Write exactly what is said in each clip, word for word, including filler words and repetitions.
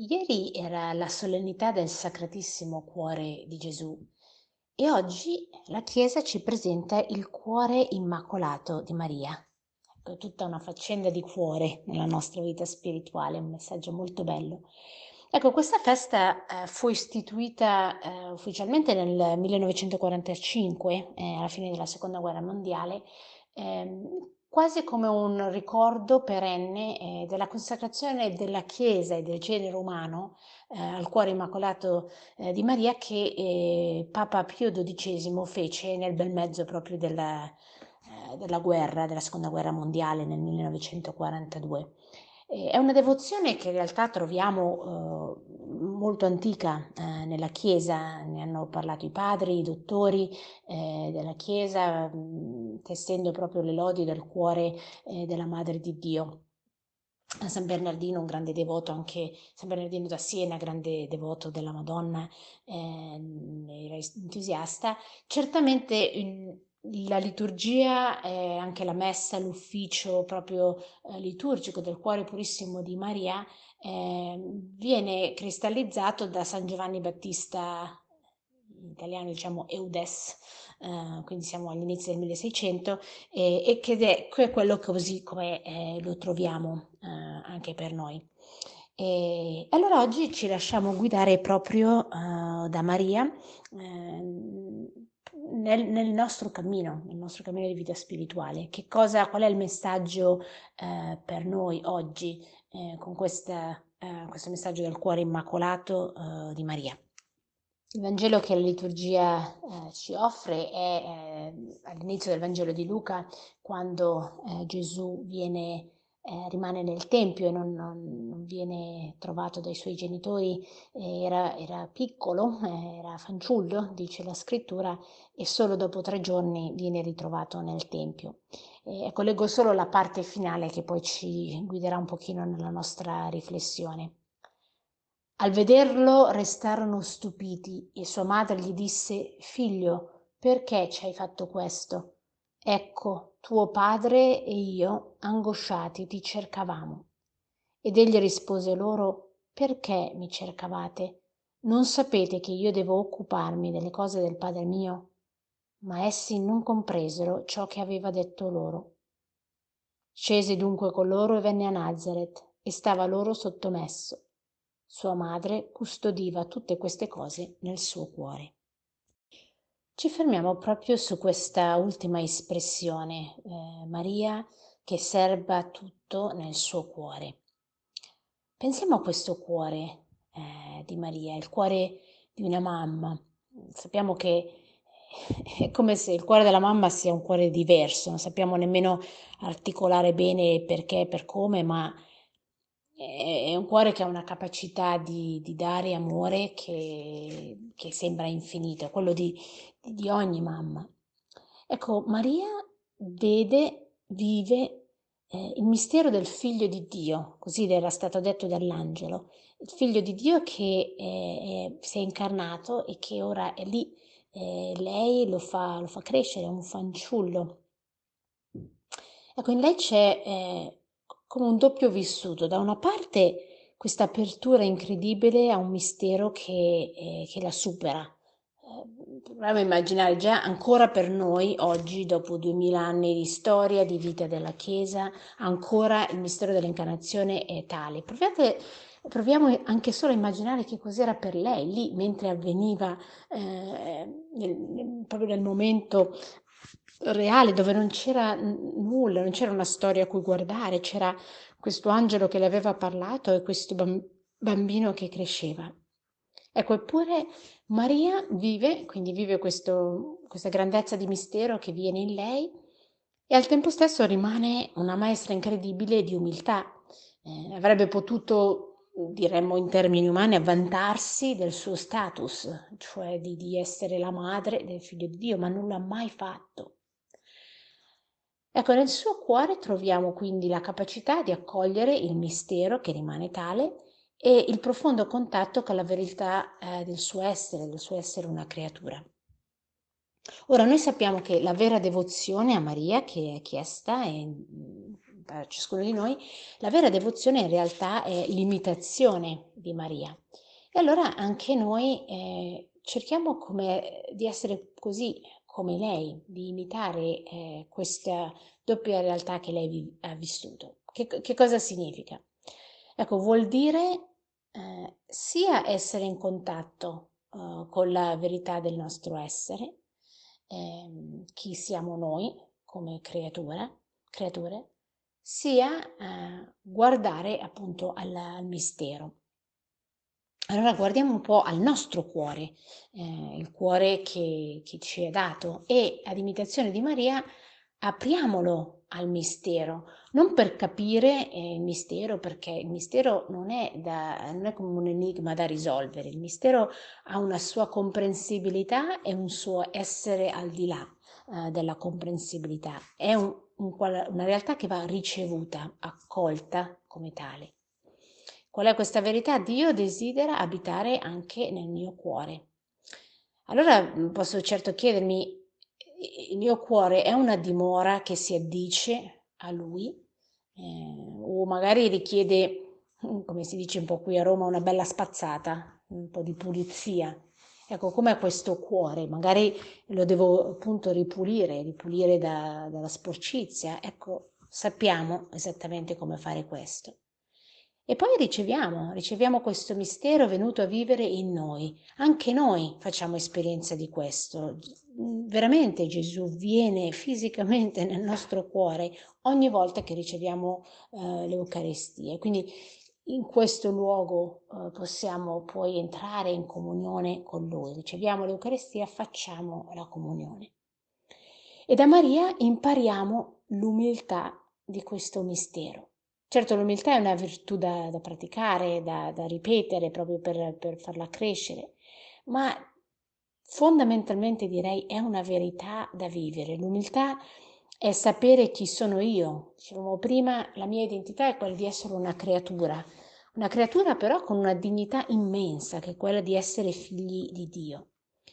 Ieri era la solennità del Sacratissimo Cuore di Gesù e oggi la Chiesa ci presenta il Cuore Immacolato di Maria. Ecco, è tutta una faccenda di cuore nella nostra vita spirituale, un messaggio molto bello. Ecco, questa festa eh, fu istituita eh, ufficialmente nel millenovecentoquarantacinque, eh, alla fine della Seconda Guerra Mondiale, ehm, quasi come un ricordo perenne eh, della consacrazione della Chiesa e del genere umano eh, al cuore immacolato eh, di Maria che eh, Papa Pio dodicesimo fece nel bel mezzo proprio della, eh, della guerra, della Seconda Guerra Mondiale nel millenovecentoquarantadue. Eh, È una devozione che in realtà troviamo eh, molto antica eh, nella Chiesa, ne hanno parlato i padri, i dottori eh, della Chiesa, mh, tessendo proprio le lodi del cuore eh, della Madre di Dio. San Bernardino, un grande devoto, anche San Bernardino da Siena, grande devoto della Madonna, eh, era entusiasta. Certamente il- la liturgia, eh, anche la messa, l'ufficio proprio eh, liturgico del Cuore Purissimo di Maria, eh, viene cristallizzato da San Giovanni Battista, in italiano diciamo Eudes, eh, quindi siamo all'inizio del milleseicento, e, e che è, che è quello così come eh, lo troviamo eh, anche per noi. E allora oggi ci lasciamo guidare proprio eh, da Maria eh, nel, nel nostro cammino, nel nostro cammino di vita spirituale. Che cosa, qual è il messaggio eh, per noi oggi eh, con questa, eh, questo messaggio del cuore immacolato eh, di Maria? Il Vangelo che la liturgia eh, ci offre è eh, all'inizio del Vangelo di Luca, quando eh, Gesù viene, eh, rimane nel Tempio e non, non- non viene trovato dai suoi genitori, eh, era, era piccolo, eh, era fanciullo, dice la scrittura, e solo dopo tre giorni viene ritrovato nel Tempio. Eh, ecco, leggo solo la parte finale che poi ci guiderà un pochino nella nostra riflessione. Al vederlo restarono stupiti e sua madre gli disse: Figlio, perché ci hai fatto questo? Ecco, tuo padre e io, angosciati, ti cercavamo. Ed egli rispose loro: Perché mi cercavate? Non sapete che io devo occuparmi delle cose del Padre mio? Ma essi non compresero ciò che aveva detto loro. Scese dunque con loro e venne a Nazareth e stava loro sottomesso. Sua madre custodiva tutte queste cose nel suo cuore. Ci fermiamo proprio su questa ultima espressione, eh, Maria che serba tutto nel suo cuore. Pensiamo a questo cuore eh, di Maria, il cuore di una mamma. Sappiamo che è come se il cuore della mamma sia un cuore diverso, non sappiamo nemmeno articolare bene perché e per come, ma è è un cuore che ha una capacità di, di dare amore che, che sembra infinito, quello di, di ogni mamma. Ecco, Maria vede, vive eh, il mistero del figlio di Dio, così le era stato detto dall'angelo, il figlio di Dio che eh, è- si è incarnato e che ora è lì, eh, lei lo fa, lo fa crescere, è un fanciullo. Ecco, in lei c'è eh, come un doppio vissuto. Da una parte questa apertura incredibile a un mistero che, eh, che la supera. Eh, proviamo a immaginare già ancora per noi oggi, dopo duemila anni di storia, di vita della Chiesa, ancora il mistero dell'incarnazione è tale. Provate, proviamo anche solo a immaginare che cos'era per lei lì mentre avveniva eh, nel- nel- proprio nel momento reale dove non c'era n- nulla, non c'era una storia a cui guardare, c'era questo angelo che le aveva parlato e questo bam- bambino che cresceva. Ecco, eppure Maria vive, quindi vive questo- questa grandezza di mistero che viene in lei e al tempo stesso rimane una maestra incredibile di umiltà. Eh, avrebbe potuto, diremmo in termini umani, avvantarsi del suo status, cioè di, di essere la madre del figlio di Dio, ma non l'ha mai fatto. Ecco, nel suo cuore troviamo quindi la capacità di accogliere il mistero che rimane tale e il profondo contatto con la verità eh, del suo essere, del suo essere una creatura. Ora, noi sappiamo che la vera devozione a Maria, che è chiesta e, mm, da ciascuno di noi, la vera devozione in realtà è l'imitazione di Maria. E allora anche noi eh, cerchiamo come, di essere così come lei, di imitare eh, questa doppia realtà che lei vi- ha vissuto. Che, che cosa significa? Ecco, vuol dire eh, sia essere in contatto eh, con la verità del nostro essere, ehm, chi siamo noi come creatura, creature, sia eh, guardare appunto al, al mistero. Allora guardiamo un po' al nostro cuore, eh, il cuore che, che ci è dato, e ad imitazione di Maria apriamolo al mistero, non per capire eh, il mistero, perché il mistero non è, da, non è come un enigma da risolvere, il mistero ha una sua comprensibilità e un suo essere al di là eh, della comprensibilità, è un- un qual- una realtà che va ricevuta, accolta come tale. Qual è questa verità? Dio desidera abitare anche nel mio cuore. Allora mm, posso certo chiedermi, il mio cuore è una dimora che si addice a Lui? Eh, o magari richiede, mm, come si dice un po' qui a Roma, una bella spazzata, un po' di pulizia. Ecco, com'è questo cuore? Magari lo devo appunto ripulire, ripulire da- dalla sporcizia. Ecco, sappiamo esattamente come fare questo. E poi riceviamo, riceviamo questo mistero venuto a vivere in noi. Anche noi facciamo esperienza di questo. Veramente Gesù viene fisicamente nel nostro cuore ogni volta che riceviamo eh, l'Eucaristia. Quindi in questo luogo eh, possiamo poi entrare in comunione con Lui. Riceviamo l'Eucaristia, facciamo la comunione. E da Maria impariamo l'umiltà di questo mistero. Certo, l'umiltà è una virtù da, da praticare, da, da ripetere proprio per, per farla crescere, ma fondamentalmente direi è una verità da vivere. L'umiltà è sapere chi sono io. Dicevamo prima, la mia identità è quella di essere una creatura, una creatura però con una dignità immensa, che è quella di essere figli di Dio.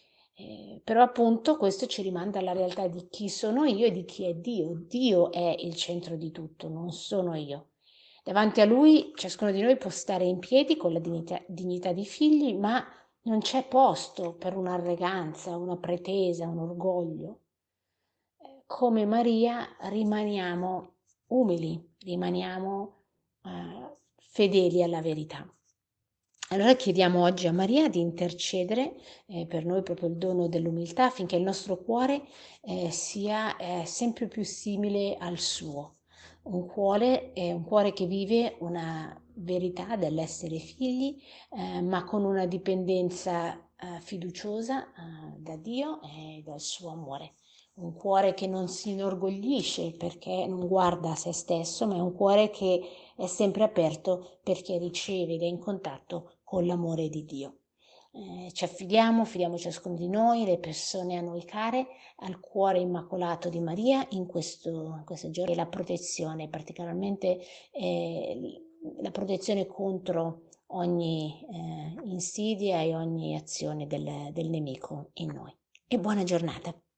Eh, però appunto questo ci rimanda alla realtà di chi sono io e di chi è Dio. Dio è il centro di tutto, non sono io. Davanti a Lui ciascuno di noi può stare in piedi con la dignità, dignità di figli, ma non c'è posto per un'arroganza, una pretesa, un orgoglio. Eh, Come Maria rimaniamo umili, rimaniamo eh, fedeli alla verità. Allora chiediamo oggi a Maria di intercedere eh, per noi proprio il dono dell'umiltà affinché il nostro cuore eh, sia eh, sempre più simile al suo. Un cuore, eh, un cuore che vive una verità dell'essere figli, eh, ma con una dipendenza eh, fiduciosa eh, da Dio e dal suo amore. Un cuore che non si inorgoglisce perché non guarda a se stesso, ma è un cuore che è sempre aperto perché riceve ed è in contatto con l'amore di Dio. Eh, ci affidiamo, fidiamo ciascuno di noi, le persone a noi care, al cuore immacolato di Maria in questo, in questo giorno, e la protezione, particolarmente eh, la protezione contro ogni eh, insidia e ogni azione del, del nemico in noi. E buona giornata.